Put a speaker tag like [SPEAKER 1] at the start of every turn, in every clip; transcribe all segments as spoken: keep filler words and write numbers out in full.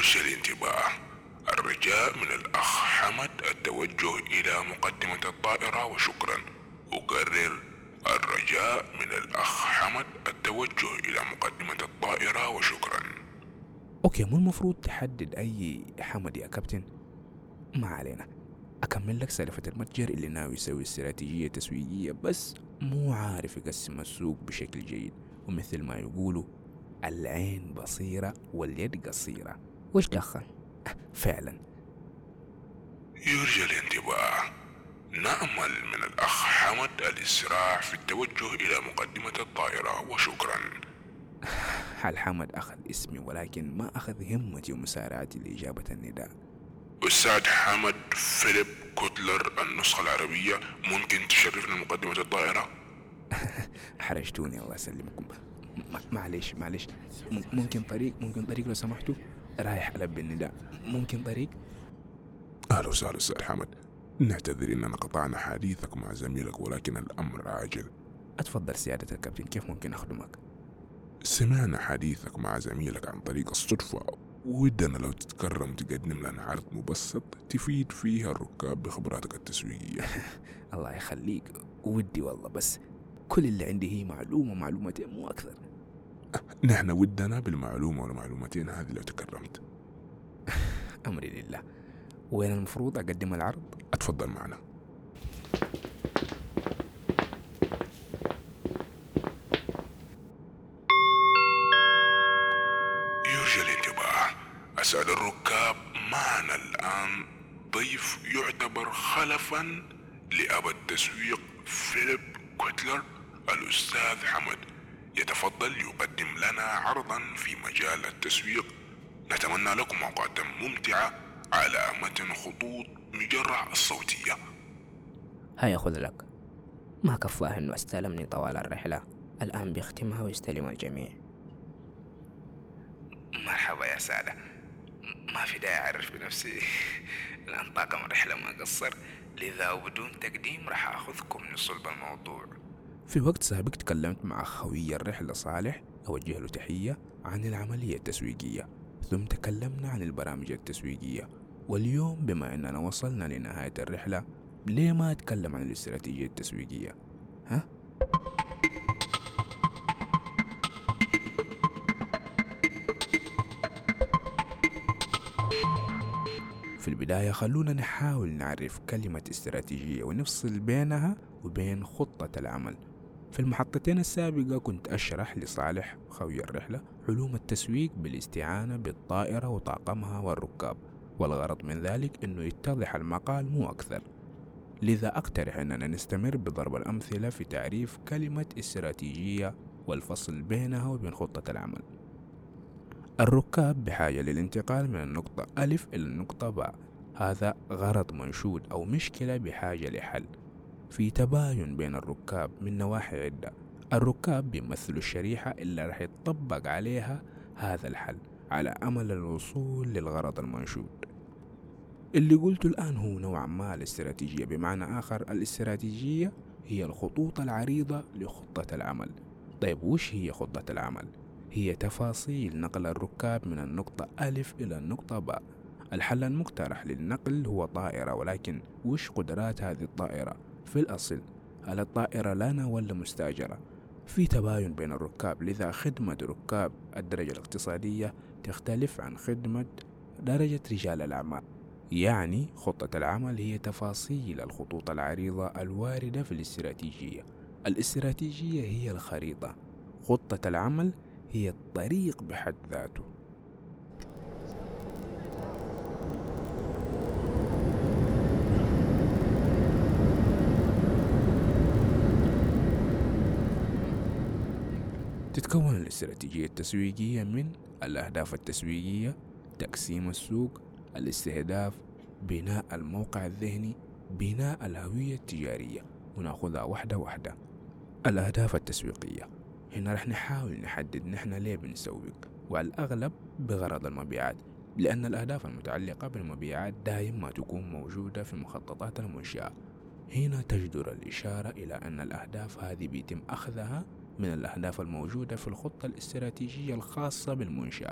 [SPEAKER 1] يرجى الانتباه. الرجاء من الأخ حمد التوجه إلى مقدمة الطائرة وشكرا. أكرر، الرجاء من الأخ حمد التوجه إلى مقدمة الطائرة وشكرا.
[SPEAKER 2] اوكي، مو المفروض تحدد اي حمد يا كابتن؟ ما علينا، اكمل لك سالفة المتجر اللي ناوي يسوي استراتيجية تسويقية بس مو عارف يقسم السوق بشكل جيد، ومثل ما يقولوا العين بصيرة واليد قصيرة.
[SPEAKER 3] وش دخل؟
[SPEAKER 2] فعلا.
[SPEAKER 1] يرجى الانتباه. نأمل من الأخ حمد الإسراع في التوجه إلى مقدمة الطائرة وشكرا.
[SPEAKER 2] حال حمد أخذ اسمي ولكن ما أخذ همتي ومسارعتي لإجابة النداء.
[SPEAKER 1] أستاذ حمد فيليب كوتلر النسخة العربية، ممكن تشرفنا مقدمة الطائرة؟
[SPEAKER 2] حرجتوني الله يسلمكم. معليش معليش، ممكن طريق ممكن طريق لو سمحتوا، رايح ألبي النداء، ممكن طريق؟
[SPEAKER 1] أهلا وسهلا أستاذ حمد، نعتذر إننا قطعنا حديثك مع زميلك ولكن الأمر عاجل.
[SPEAKER 2] أتفضل سيادة الكابتن، كيف ممكن أخدمك؟
[SPEAKER 1] سمعنا حديثك مع زميلك عن طريق الصدفة، ودنا لو تتكرم تقدم لنا عرض مبسط تفيد فيها الركاب بخبراتك التسويقية.
[SPEAKER 2] الله يخليك، ودي والله، بس كل اللي عندي هي معلومة معلومتين مو أكثر.
[SPEAKER 1] نحن ودنا بالمعلومة والمعلومتين هذه لو تكرمت.
[SPEAKER 2] أمري لله. وين المفروض أقدم العرض؟
[SPEAKER 1] أتفضل معنا. يرجى الانتباه. أسئلة الركاب، معنا الآن ضيف يعتبر خلفا لأب التسويق فيليب كوتلر، الأستاذ حمد، يتفضل يقدم لنا عرضا في مجال التسويق. نتمنى لكم أوقاتا ممتعة على متن خطوط مجرة الصوتية.
[SPEAKER 3] هيا خذ لك. ما كفاه انه استلمني طوال الرحلة، الآن بيختمها ويستلم الجميع.
[SPEAKER 2] مرحبا يا سادة، ما في داعي أعرف بنفسي. الآن طاقم الرحلة ما قصر، لذا وبدون تقديم راح أخذكم من صلب الموضوع. في وقت سابق تكلمت مع خوي الرحلة صالح، أوجه له تحية، عن العملية التسويقية، ثم تكلمنا عن البرامج التسويقية. واليوم بما أننا وصلنا لنهاية الرحلة، ليه ما أتكلم عن الاستراتيجية التسويقية؟ ها؟ في البداية خلونا نحاول نعرف كلمة استراتيجية ونفصل بينها وبين خطة العمل. في المحطتين السابقة كنت أشرح لصالح خوي الرحلة علوم التسويق بالاستعانة بالطائرة وطاقمها والركاب، والغرض من ذلك أنه يتضح المقال مو أكثر. لذا أقترح أننا نستمر بضرب الأمثلة في تعريف كلمة استراتيجية والفصل بينها وبين خطة العمل. الركاب بحاجة للانتقال من النقطة ألف إلى النقطة باء، هذا غرض منشود أو مشكلة بحاجة لحل. في تباين بين الركاب من نواحي عدة. الركاب بيمثلوا الشريحة اللي رح يتطبق عليها هذا الحل على أمل الوصول للغرض المنشود. اللي قلته الآن هو نوعا ما الاستراتيجية، بمعنى آخر الاستراتيجية هي الخطوط العريضة لخطة العمل. طيب وش هي خطة العمل؟ هي تفاصيل نقل الركاب من النقطة ألف إلى النقطة باء. الحل المقترح للنقل هو طائرة، ولكن وش قدرات هذه الطائرة؟ في الأصل هل الطائرة لنا ولا مستأجرة؟ في تباين بين الركاب، لذا خدمة ركاب الدرجة الاقتصادية تختلف عن خدمة درجة رجال الأعمال. يعني خطة العمل هي تفاصيل الخطوط العريضة الواردة في الاستراتيجية. الاستراتيجية هي الخريطة، خطة العمل هي الطريق بحد ذاته. تتكون الاستراتيجية التسويقية من الأهداف التسويقية، تقسيم السوق، الاستهداف، بناء الموقع الذهني، بناء الهوية التجارية. ونأخذها واحدة واحدة. الأهداف التسويقية، هنا رح نحاول نحدد نحن ليه بنسوق، والأغلب بغرض المبيعات، لأن الأهداف المتعلقة بالمبيعات دائما ما تكون موجودة في مخططات المنشأة. هنا تجدر الإشارة إلى أن الأهداف هذه بيتم أخذها من الأهداف الموجودة في الخطة الاستراتيجية الخاصة بالمنشأة.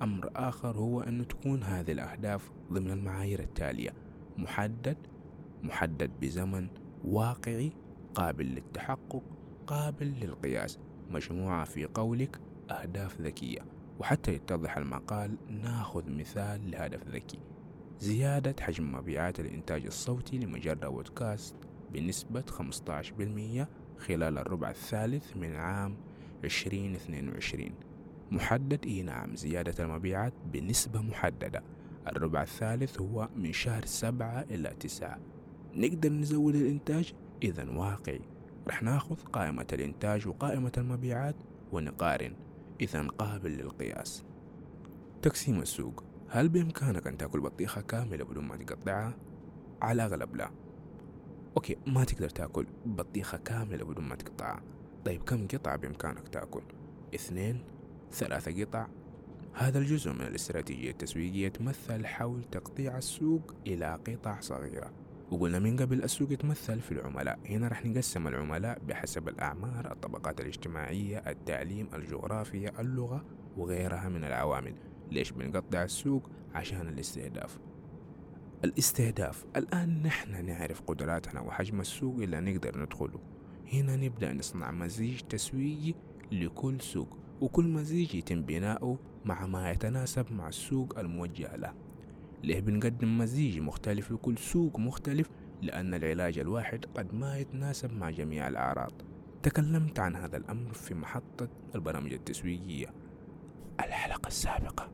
[SPEAKER 2] أمر آخر هو أن تكون هذه الأهداف ضمن المعايير التالية: محدد، محدد بزمن، واقعي، قابل للتحقق، قابل للقياس. مجموعة في قولك أهداف ذكية. وحتى يتضح المقال ناخذ مثال لهدف ذكي: زيادة حجم مبيعات الإنتاج الصوتي لمجرة بودكاست بنسبة خمسة عشر بالمئة خلال الربع الثالث من عام عشرين اثنين وعشرين. محدد، إيه نعم، زيادة المبيعات بنسبة محددة. الربع الثالث هو من شهر سبعة إلى تسعة. نقدر نزود الإنتاج؟ إذن واقعي، رح ناخذ قائمة الإنتاج وقائمة المبيعات ونقارن، إذن قابل للقياس. تقسيم السوق: هل بإمكانك أن تأكل بطيخة كاملة بدون ما تقطعها؟ على الأغلب لا. أوكي، ما تقدر تأكل بطيخة كاملة بدون ما تقطعها. طيب كم قطعة بإمكانك تأكل؟ اثنين، ثلاثة قطع؟ هذا الجزء من الاستراتيجية التسويقية يتمثل حول تقطيع السوق إلى قطع صغيرة. وقلنا من قبل السوق يتمثل في العملاء. هنا رح نقسم العملاء بحسب الأعمار، الطبقات الاجتماعية، التعليم، الجغرافيا، اللغة وغيرها من العوامل. ليش بنقطع السوق؟ عشان الاستهداف. الاستهداف الآن نحن نعرف قدراتنا وحجم السوق اللي نقدر ندخله. هنا نبدأ نصنع مزيج تسويقي لكل سوق، وكل مزيج يتم بناؤه مع ما يتناسب مع السوق الموجه له. ليه بنقدم مزيج مختلف لكل سوق مختلف؟ لأن العلاج الواحد قد ما يتناسب مع جميع الأعراض. تكلمت عن هذا الأمر في محطة البرامج التسويقية الحلقة السابقة.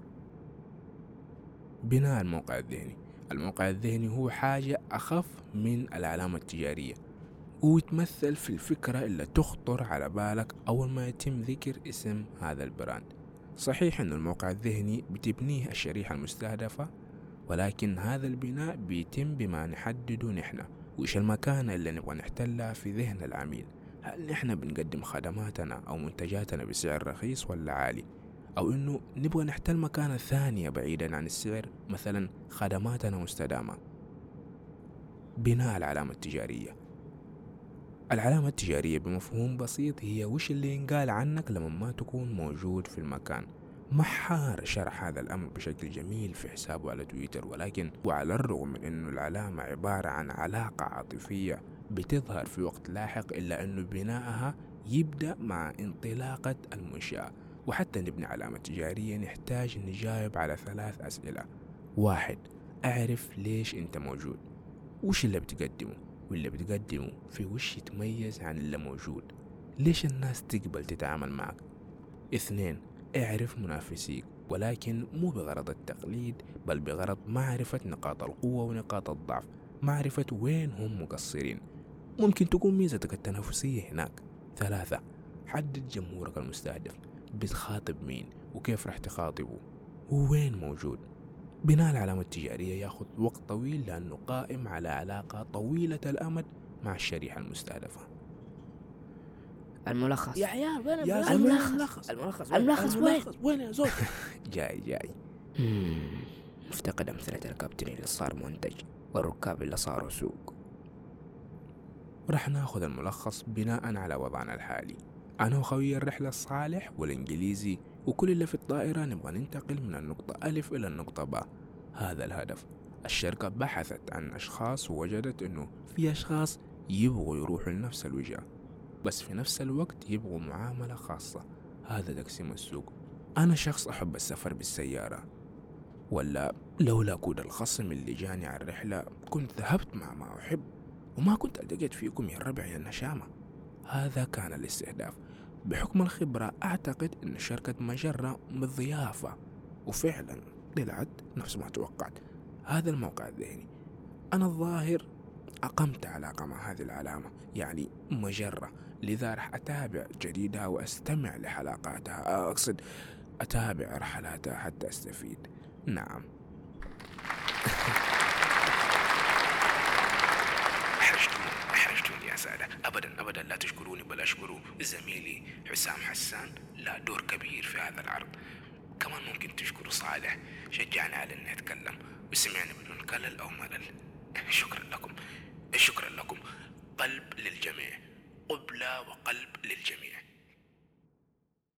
[SPEAKER 2] بناء الموقع الذهني. الموقع الذهني هو حاجة أخف من العلامة التجارية، ويتمثل في الفكرة اللي تخطر على بالك أول ما يتم ذكر اسم هذا البراند. صحيح أن الموقع الذهني بتبنيه الشريحة المستهدفة، ولكن هذا البناء بيتم بما نحدده نحن، وإيش المكانة اللي نبغى نحتلها في ذهن العميل. هل نحن بنقدم خدماتنا أو منتجاتنا بسعر رخيص ولا عالي؟ أو إنه نبغى نحتل مكانة ثانية بعيدا عن السعر، مثلا خدماتنا مستدامة. بناء العلامة التجارية. العلامة التجارية بمفهوم بسيط هي وش اللي ينقال عنك لما ما تكون موجود في المكان. محار شرح هذا الأمر بشكل جميل في حسابه على تويتر، ولكن وعلى الرغم من أنه العلامة عبارة عن علاقة عاطفية بتظهر في وقت لاحق، إلا أنه بناءها يبدأ مع انطلاقة المنشأة. وحتى نبني علامة تجارية نحتاج نجاوب على ثلاث أسئلة. واحد، أعرف ليش أنت موجود، وش اللي بتقدمه، واللي بتقدمه في وش يتميز عن اللي موجود، ليش الناس تقبل تتعامل معك. اثنين، اعرف منافسيك، ولكن مو بغرض التقليد، بل بغرض معرفة نقاط القوة ونقاط الضعف، معرفة وين هم مقصرين، ممكن تكون ميزتك التنافسية هناك. ثلاثة، حدد جمهورك المستهدف، بتخاطب مين وكيف رح تخاطبه ووين موجود. بناء العلامة التجارية ياخذ وقت طويل لأنه قائم على علاقة طويلة الأمد مع الشريحة المستهدفة.
[SPEAKER 3] الملخص
[SPEAKER 4] يا عيال وين
[SPEAKER 3] الملخص
[SPEAKER 4] الملخص
[SPEAKER 3] الملخص
[SPEAKER 4] الملخص وين
[SPEAKER 2] وين يا زول؟ جاي جاي.
[SPEAKER 3] مفتقد أمثلة الكابتن اللي صار منتج والركاب اللي صاروا سوق.
[SPEAKER 2] رح ناخذ الملخص بناء على وضعنا الحالي. أنا وخوي الرحلة الصالح والإنجليزي وكل اللي في الطائرة نبغى ننتقل من النقطة ألف إلى النقطة باء. هذا الهدف. الشركة بحثت عن أشخاص ووجدت أنه في أشخاص يبغوا يروحوا لنفس الوجهة، بس في نفس الوقت يبغوا معاملة خاصة. هذا تقسيم السوق. أنا شخص أحب السفر بالسيارة، ولا لولا كود الخصم اللي جاني على الرحلة كنت ذهبت مع ما أحب وما كنت ألتقيت فيكم يا الربع يا النشامة. هذا كان الاستهداف. بحكم الخبرة أعتقد أن شركة مجرة مضيافة، وفعلا طلعت نفس ما توقعت. هذا الموقع الذهني. أنا الظاهر أقمت علاقة مع هذه العلامة، يعني مجرة، لذا رح أتابع جديدها وأستمع لحلقاتها، أقصد أتابع رحلاتها حتى أستفيد. نعم.
[SPEAKER 5] أحرجتوني أحرجتوني يا سادة. أبدا أبدا لا تشكروني، بل أشكروا زميلي حسام حسان، له دور كبير في هذا العرض. كمان ممكن تشكروا صالح، شجعني على أني أتكلم وسمعني بدون كلل أو ملل. شكرا لكم شكرا لكم. قلب للجميع، قبلة وقلب للجميع.